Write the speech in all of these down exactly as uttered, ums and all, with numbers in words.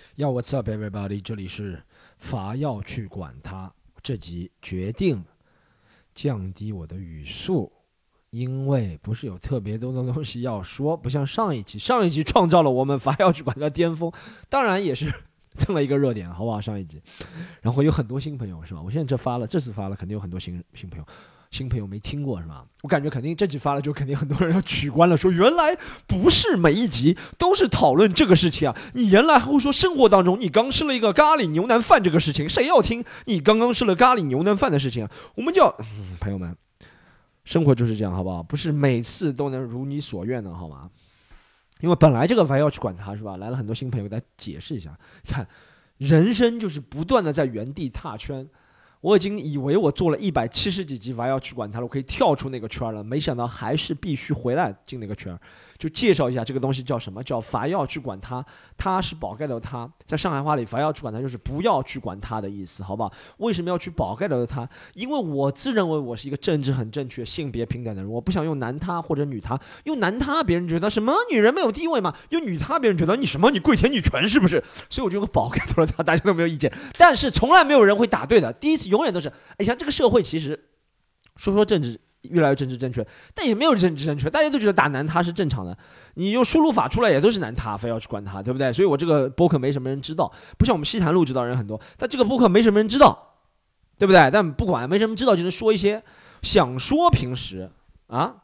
要 What's up everybody？ 这里是伐要去管它。这集决定降低我的语速，因为不是有特别多的东西要说，不像上一集，上一集创造了我们伐要去管它巅峰，当然也是蹭了一个热点，好不好？上一集，然后有很多新朋友是吧？我现在这发了，这次发了，肯定有很多新新朋友。新朋友没听过是吧？我感觉肯定这集发了就肯定很多人要取关了，说原来不是每一集都是讨论这个事情啊！你原来会说生活当中你刚吃了一个咖喱牛腩饭这个事情，谁要听你刚刚吃了咖喱牛腩饭的事情啊？我们就要、嗯、朋友们，生活就是这样，好不好？不是每次都能如你所愿的，好吗？因为本来这个还要去管它是吧？来了很多新朋友，给大家解释一下，看人生就是不断的在原地踏圈。我已经以为我做了一百七十几集伐要去管它了，我可以跳出那个圈了，没想到还是必须回来进那个圈。就介绍一下这个东西叫什么，叫伐要去管它，它是宝盖头它，在上海话里伐要去管它就是不要去管它的意思，好不好？为什么要去宝盖头的它？因为我自认为我是一个政治很正确、性别平等的人，我不想用男他或者女他，用男他别人觉得什么女人没有地位嘛，用女他别人觉得你什么你跪舔女权是不是？所以我就用个宝盖头的它，大家都没有意见，但是从来没有人会打对的，第一次永远都是，哎，像这个社会其实说说政治。越来越政治正确，但也没有政治正确，大家都觉得打男他是正常的。你用输入法出来也都是男他，非要去管他，对不对？所以我这个播客没什么人知道，不像我们西坛路知道人很多，但这个播客没什么人知道，对不对？但不管没什么知道，就能说一些想说平时啊，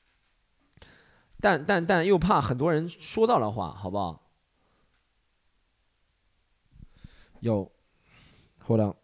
但但但又怕很多人说到了话，好不好？有，hold on，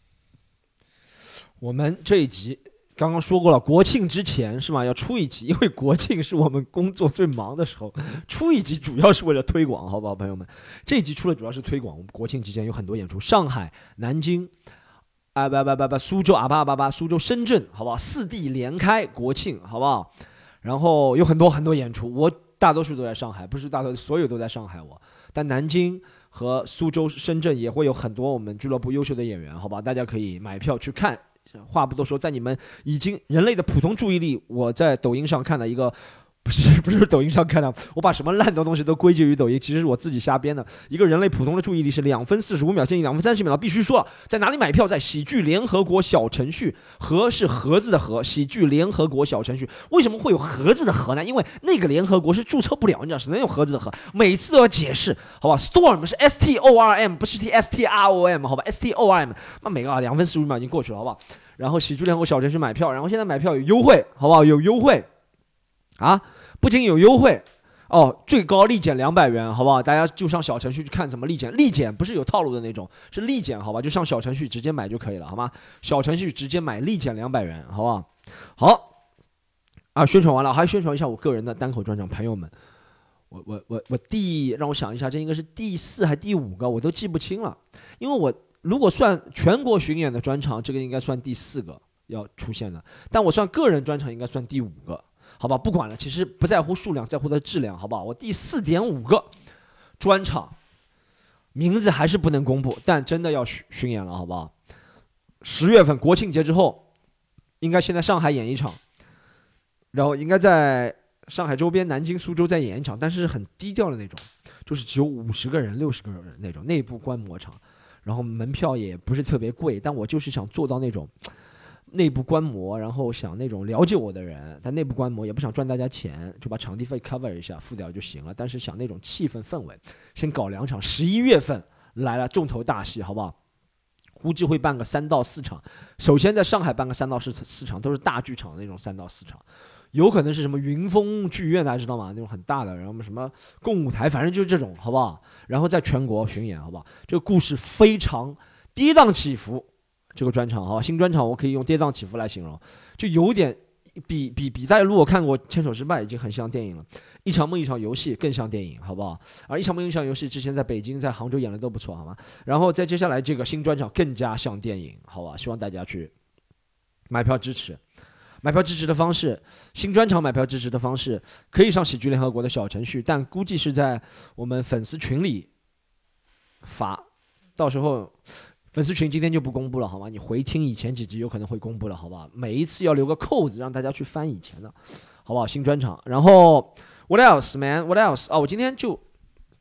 我们这一集。刚刚说过了，国庆之前是吗？要出一集，因为国庆是我们工作最忙的时候，出一集主要是为了推广，好不好，朋友们？这一集出了主要是推广。我们国庆期间有很多演出，上海、南京，啊不不不不，苏州啊吧吧吧，苏州、深圳，好不好？四地连开国庆，好不好？然后有很多很多演出，我大多数都在上海，不是大多数，所有都在上海我，但南京和苏州、深圳也会有很多我们俱乐部优秀的演员，好吧？大家可以买票去看。话不多说，在你们已经人类的普通注意力，我在抖音上看了一个，不是不是抖音上看的，我把什么烂的东西都归结于抖音，其实是我自己瞎编的。一个人类普通的注意力是两分四十五秒，建议两分三十秒，必须说了，在哪里买票？在喜剧联合国小程序，和是盒子的盒，喜剧联合国小程序。为什么会有盒子的盒呢？因为那个联合国是注册不了，你知道，只能用盒子的盒，每次都要解释，好吧 ？Storm 是 S T O R M， 不是 T S T R O M， 好吧 ？S T O R M， 那每个啊两分四十五秒已经过去了，好不好？然后喜剧联合国小程序买票，然后现在买票有优惠，好不好？有优惠啊！不仅有优惠哦，最高立减两百元，好不好？大家就上小程序去看怎么立减，立减不是有套路的那种，是立减，好吧？就上小程序直接买就可以了，好吗？小程序直接买立减两百元，好不好？好啊，宣传完了，还宣传一下我个人的单口专场，朋友们，我我我我第让我想一下，这应该是第四还第五个，我都记不清了，因为我。如果算全国巡演的专场，这个应该算第四个要出现的，但我算个人专场应该算第五个，好吧？不管了，其实不在乎数量，在乎的质量，好不好？我第四点五个专场，名字还是不能公布，但真的要巡演了，好不好？十月份国庆节之后，应该先在上海演一场，然后应该在上海周边南京、苏州再演一场，但是很低调的那种，就是只有五十个人、六十个人那种内部观摩场。然后门票也不是特别贵，但我就是想做到那种内部观摩，然后想那种了解我的人，但内部观摩也不想赚大家钱，就把场地费 cover 一下，付掉就行了。但是想那种气氛氛围，先搞两场，十一月份来了重头大戏，好不好？估计会办个三到四场，首先在上海办个三到四四场，都是大剧场的那种三到四场。有可能是什么云峰剧院，大家知道吗？那种很大的，然后什么共舞台，反正就是这种，好不好？然后在全国巡演，好不好？这个故事非常跌宕起伏，这个专场，好吧？新专场我可以用跌宕起伏来形容，就有点比比比大家如果看过《牵手之败》已经很像电影了，一场梦一场游戏更像电影，好不好？而一场梦一场游戏之前在北京、在杭州演的都不错，好吗？然后再接下来这个新专场更加像电影，好吧？希望大家去买票支持。买票支持的方式，新专场买票支持的方式可以上喜剧联合国的小程序，但估计是在我们粉丝群里发，到时候粉丝群今天就不公布了，好吗？你回听以前几集有可能会公布了，好吧？每一次要留个扣子让大家去翻以前的，好不好？新专场，然后 what else man what else 哦，我今天就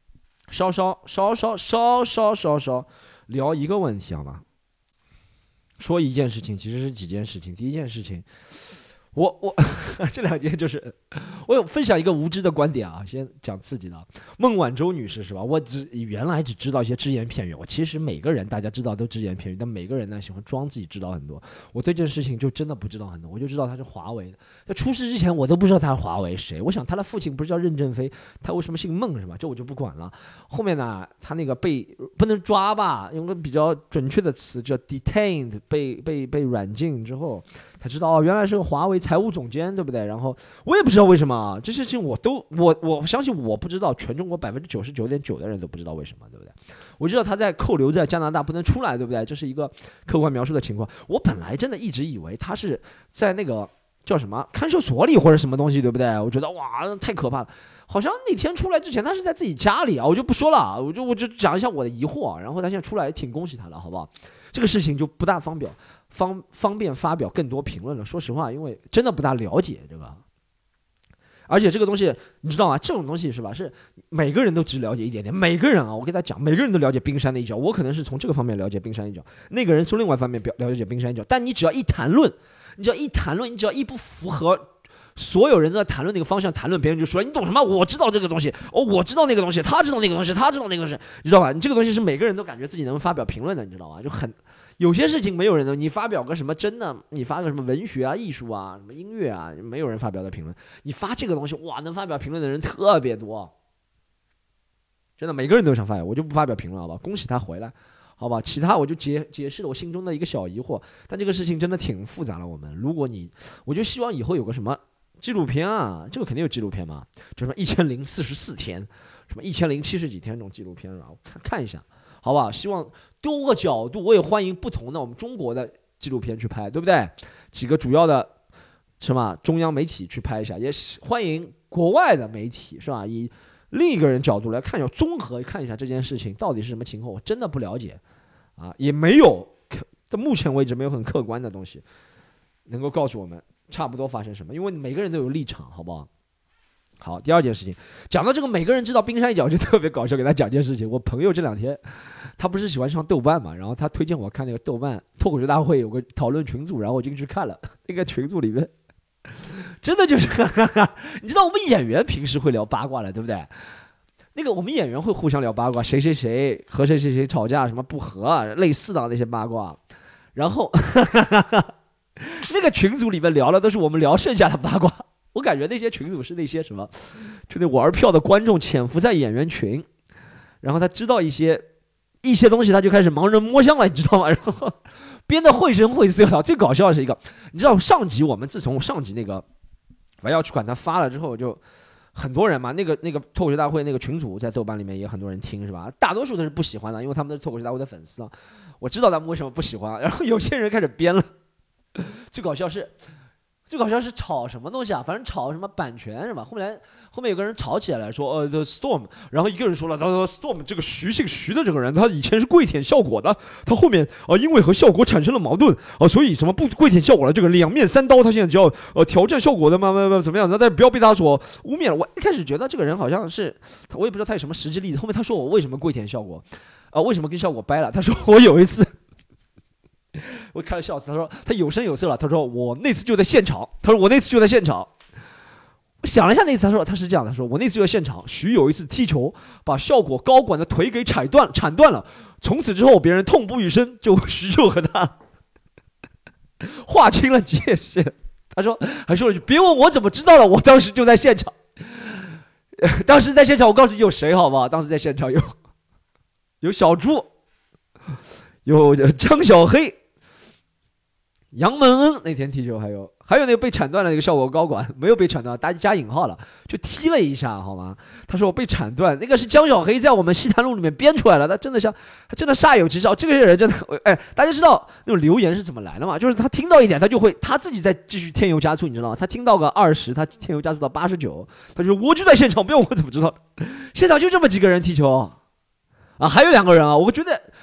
稍稍稍稍稍稍稍稍聊一个问题好吗？说一件事情，其实是几件事情。第一件事情，我我这两件就是我有分享一个无知的观点啊，先讲刺激的。孟晚舟女士是吧？我只原来只知道一些只言片语，我其实每个人大家知道都只言片语，但每个人呢喜欢装自己知道很多。我对这件事情就真的不知道很多，我就知道她是华为的。在出事之前我都不知道她是华为谁，我想她的父亲不是叫任正非，他为什么姓孟是吧？这我就不管了。后面呢，他那个被不能抓吧，用个比较准确的词叫 detained， 被被被软禁之后。才知道哦，原来是个华为财务总监，对不对？然后我也不知道为什么这些事情，我都我我相信我不知道，全中国百分之九十九点九的人都不知道为什么，对不对？我知道他在扣留在加拿大不能出来，对不对？这是一个客观描述的情况。我本来真的一直以为他是在那个叫什么看守所里或者什么东西，对不对？我觉得哇，太可怕了。好像那天出来之前，他是在自己家里啊，我就不说了，我就我就讲一下我的疑惑。然后他现在出来，挺恭喜他了，好不好？这个事情就不大方表方方便发表更多评论了。说实话，因为真的不大了解这个，而且这个东西你知道吗？这种东西是吧？是每个人都只了解一点点。每个人啊，我给大家讲，每个人都了解冰山的一角。我可能是从这个方面了解冰山一角，那个人从另外一方面了解冰山一角。但你只要一谈论，你只要一谈论，你只要一不符合所有人都在谈论那个方向谈论，别人就说你懂什么？我知道这个东西，哦，我知道那个东西，他知道那个东西，他知道那个东西，你知道吧？你这个东西是每个人都感觉自己能发表评论的，你知道吧？就很有些事情没有人能，你发表个什么真的，你发个什么文学啊、艺术啊、什么音乐啊，没有人发表的评论。你发这个东西，哇，能发表评论的人特别多，真的每个人都想发表，我就不发表评论，好吧？恭喜他回来。好吧，其他我就解解释了我心中的一个小疑惑，但这个事情真的挺复杂了。我们如果你，我就希望以后有个什么纪录片啊，这个肯定有纪录片嘛，就什么一千零四十四天，什么一千零七十几天这种纪录片啊，我看看一下，好吧？希望多个角度，我也欢迎不同的我们中国的纪录片去拍，对不对？几个主要的什么中央媒体去拍一下，也欢迎国外的媒体是吧？以另一个人角度来看一下，综合看一下这件事情到底是什么情况，我真的不了解啊，也没有到目前为止没有很客观的东西能够告诉我们差不多发生什么，因为每个人都有立场，好不好？好，第二件事情，讲到这个每个人知道冰山一角就特别搞笑，给他讲件事情。我朋友这两天他不是喜欢上豆瓣嘛，然后他推荐我看那个豆瓣脱口秀大会有个讨论群组，然后我就进去看了，那个群组里面真的就是你知道我们演员平时会聊八卦了，对不对？那个我们演员会互相聊八卦，谁谁谁和谁谁谁吵架什么不和类似的那些八卦，然后那个群组里面聊的都是我们聊剩下的八卦。我感觉那些群组是那些什么就那玩票的观众潜伏在演员群，然后他知道一些一些东西，他就开始盲人摸象了，你知道吗？然后编得绘声绘色。最搞笑的是一个，你知道上集我们自从上集那个我要去管他发了之后，就很多人嘛，那个那个脱口秀大会那个群组在豆瓣里面也很多人听，是吧？大多数都是不喜欢的，因为他们都是脱口秀大会的粉丝啊。我知道他们为什么不喜欢，然后有些人开始编了。最搞笑是。最搞笑是吵什么东西啊？反正吵什么版权是吧？后面后面有个人吵起来了，说呃 The Storm， 然后一个人说了，他说 Storm 这个徐姓徐的这个人，他以前是跪舔效果的，他后面呃因为和效果产生了矛盾，呃所以什么不跪舔效果了，这个两面三刀，他现在只要呃挑战效果的嘛嘛嘛怎么样子？但不要被他所污蔑了。我一开始觉得这个人好像是，我也不知道他有什么实际例子。后面他说我为什么跪舔效果，啊、呃、为什么跟效果掰了？他说我有一次。我看了笑死，他说他有声有色了，他说我那次就在现场，他说我那次就在现场。我想了一下那次，他说他是这样的，他说我那次就在现场，徐有一次踢球把效果高管的腿给踩断铲断了，从此之后别人痛不欲生，就徐就和他划清了界限。他说还说了句别问我怎么知道了，我当时就在现场。当时在现场我告诉你有谁好不好？当时在现场有有小猪，有张小黑，杨蒙恩那天踢球，还有还有那个被铲断了那个效果高管，没有被铲断，大家加引号了，就踢了一下，好吗？他说我被铲断，那个是江小黑在我们西坛路里面编出来了，他真的像，他真的煞有其事。这个人真的，哎，大家知道那种留言是怎么来的吗？就是他听到一点，他就会他自己再继续添油加醋，你知道吗？他听到个二十，他添油加醋到八十九，他就说我就在现场，不要我怎么知道？现场就这么几个人踢球。啊，还有两个人啊，我觉得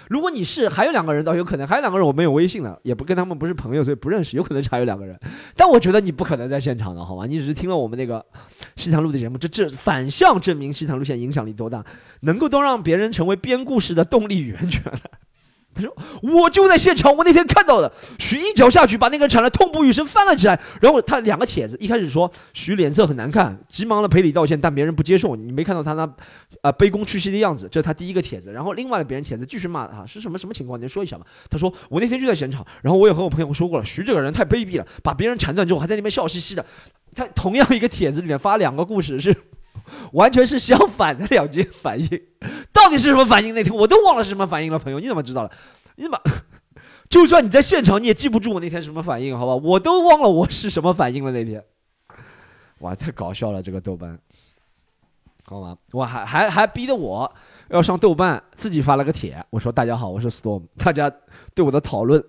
如果你是还有两个人倒有可能，还有两个人我没有微信了，也不跟他们不是朋友，所以不认识，有可能是还有两个人。但我觉得你不可能在现场的，好吗？你只是听了我们那个西塘路的节目，这这反向证明西塘路线影响力多大，能够都让别人成为编故事的动力源泉了。他说：“我就在现场，我那天看到的，徐一脚下去把那个人铲了，痛不欲生，翻了起来。然后他两个帖子，一开始说徐脸色很难看，急忙的赔礼道歉，但别人不接受。你没看到他那啊、呃、卑躬屈膝的样子，这是他第一个帖子。然后另外的别人帖子继续骂他，是什么什么情况？你说一下吧。他说我那天就在现场，然后我也和我朋友说过了，徐这个人太卑鄙了，把别人铲断之后还在那边笑嘻嘻的。他同样一个帖子里面发两个故事是。”完全是相反的两件反应，到底是什么反应？那天我都忘了是什么反应了，朋友，你怎么知道了？你怎么？就算你在现场，你也记不住我那天什么反应，好吧？我都忘了我是什么反应了那天。哇，太搞笑了，这个豆瓣，好吗？我还还还逼得我要上豆瓣，自己发了个帖，我说大家好，我是 Storm， 大家对我的讨论，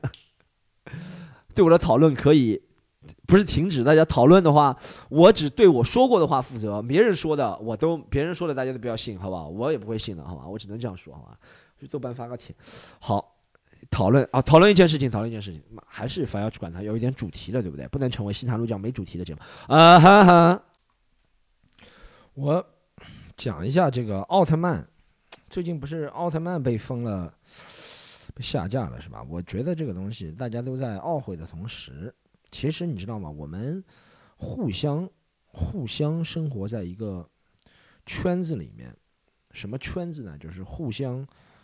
对我的讨论可以。不是停止，大家讨论的话，我只对我说过的话负责，别人说的我都别人说的大家都不要信，好不好？我也不会信的，好吧？我只能这样说，好吧？去豆瓣发个帖，好，讨论啊，讨论一件事情，讨论一件事情，还是反要去管它，有一点主题的，对不对？不能成为西塘路这样没主题的节目啊哈哈。我讲一下这个奥特曼，最近不是奥特曼被封了，被下架了是吧？我觉得这个东西大家都在懊悔的同时。其实你知道吗？我们互相互相生活在一个圈子里面，什么圈子呢？就是互相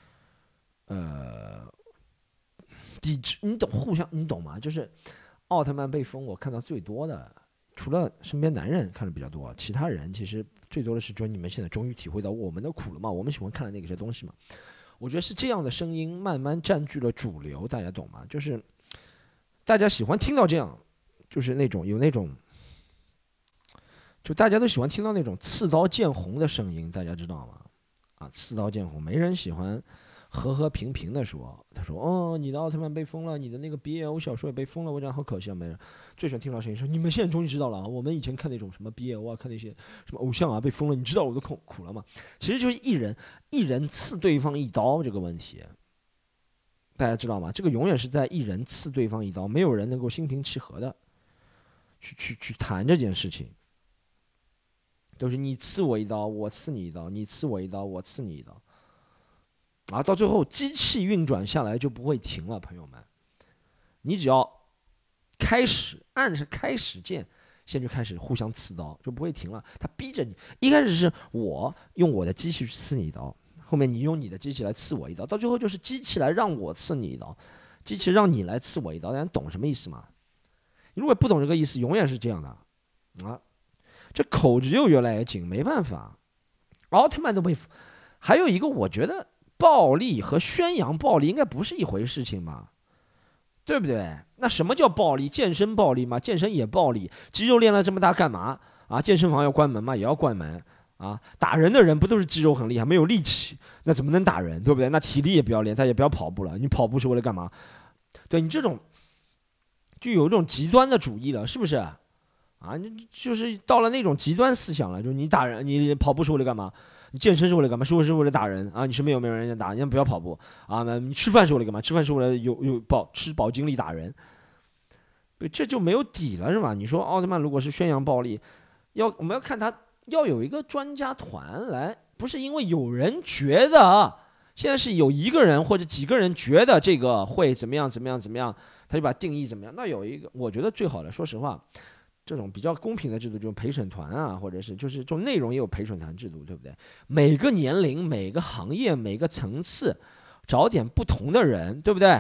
呃抵制，你懂互相你懂吗？就是奥特曼被封，我看到最多的，除了身边男人看的比较多，其他人其实最多的是说你们现在终于体会到我们的苦了嘛？我们喜欢看的那个些东西嘛？我觉得是这样的声音慢慢占据了主流，大家懂吗？就是。大家喜欢听到这样，就是那种有那种，就大家都喜欢听到那种刺刀见红的声音，大家知道吗？啊，刺刀见红，没人喜欢和和平平的说。他说：“哦，你的奥特曼被封了，你的那个 B L 小说也被封了。”我讲好可惜啊，没人最喜欢听到声音说：“你们现在终于知道了啊！我们以前看那种什么 B L 啊，看那些什么偶像啊被封了，你知道我都苦苦了吗？”其实就是一人一人刺对方一刀这个问题。大家知道吗？这个永远是在一人刺对方一刀，没有人能够心平气和的去去去谈这件事情，都是你刺我一刀，我刺你一刀，你刺我一刀，我刺你一刀，啊，到最后机器运转下来就不会停了，朋友们，你只要开始按着开始键，现在就开始互相刺刀，就不会停了。他逼着你，一开始是我用我的机器去刺你一刀。后面你用你的机器来刺我一刀，到最后就是机器来让我刺你一刀，机器让你来刺我一刀，大家懂什么意思吗？你如果不懂这个意思，永远是这样的啊，这口只有越来越紧，没办法。奥特曼都被，还有一个我觉得暴力和宣扬暴力应该不是一回事情吧，对不对？那什么叫暴力？健身暴力吗？健身也暴力，肌肉练了这么大干嘛啊？健身房要关门吗？也要关门。啊，打人的人不都是肌肉很厉害，没有力气，那怎么能打人，对不对？那体力也不要练，他也不要跑步了。你跑步是为了干嘛？对你这种，就有一种极端的主义了，是不是？啊，你就是到了那种极端思想了，就是你打人，你跑步是为了干嘛？你健身是为了干嘛？是为了打人啊？你身边有没有人打？你不要跑步啊！你吃饭是为了干嘛？吃饭是为了有有饱吃饱精力打人，这就没有底了，是吧？你说奥特曼如果是宣扬暴力，要我们要看他。要有一个专家团来，不是因为有人觉得，现在是有一个人或者几个人觉得这个会怎么样怎么样怎么样，他就把定义怎么样。那有一个，我觉得最好的，说实话，这种比较公平的制度，就是陪审团啊，或者是就是这种内容也有陪审团制度，对不对？每个年龄、每个行业、每个层次，找点不同的人，对不对？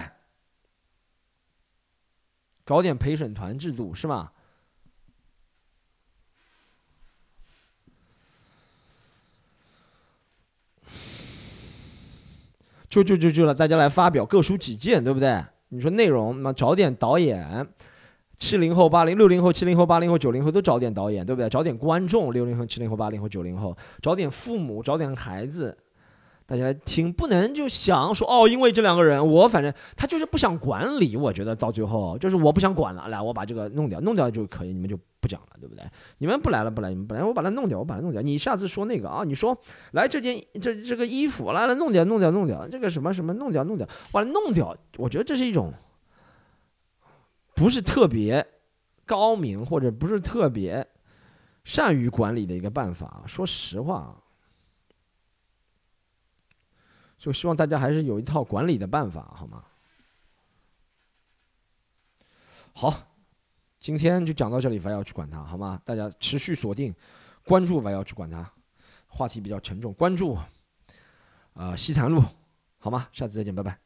搞点陪审团制度是吧？就就就就了，大家来发表各抒己见，对不对？你说内容，那找点导演，七零后、八零、六零后、七零后、八零后、九零后都找点导演，对不对？找点观众，六零后、七零后、八零后、九零后，找点父母，找点孩子， 大家来听，不能就想说哦，因为这两个人，我反正他就是不想管理，我觉得到最后就是我不想管了，来我把这个弄掉，弄掉就可以，你们就不讲了，对不对？你们不来了，不来，你们不来，我把它弄掉，我把它弄掉。你下次说那个啊，你说来这件这这个衣服，来来弄掉，弄掉，弄掉，这个什么什么弄掉，弄掉，把它弄掉。我觉得这是一种不是特别高明或者不是特别善于管理的一个办法。说实话。就希望大家还是有一套管理的办法，好吗？好，今天就讲到这里，不要去管它，好吗？大家持续锁定，关注，不要去管它。话题比较沉重，关注啊、呃，西坛路，好吗？下次再见，拜拜。